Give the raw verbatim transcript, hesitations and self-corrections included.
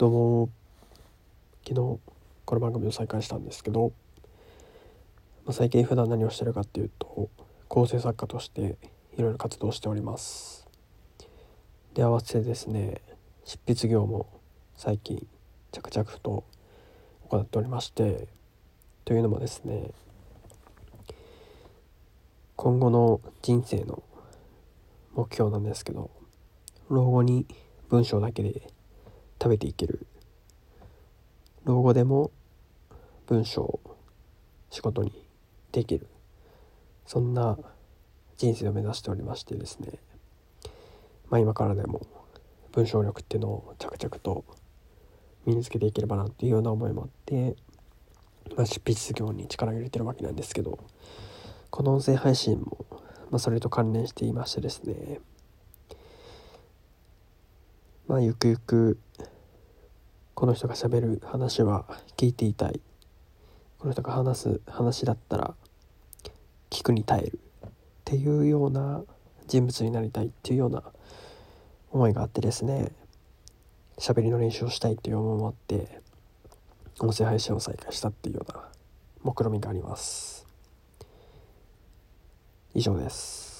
どうも、昨日この番組を再開したんですけど、まあ、最近普段何をしてるかっていうと、構成作家としていろいろ活動しております。で、合わせてですね、執筆業も最近着々と行っておりまして、というのもですね、今後の人生の目標なんですけど、老後に文章だけで食べていける、老後でも文章を仕事にできる、そんな人生を目指しておりましてですね、まあ今からでも文章力っていうのを着々と身につけていければなっていうような思いもあって、まあ、執筆業に力を入れてるわけなんですけど、この音声配信も、まあ、それと関連していましてですね、まあゆくゆくこの人が喋る話は聞いていたい、この人が話す話だったら聞くに耐えるっていうような人物になりたいっていうような思いがあってですね、喋りの練習をしたいっていう思いもあって音声配信を再開したっていうような目論見みがあります。以上です。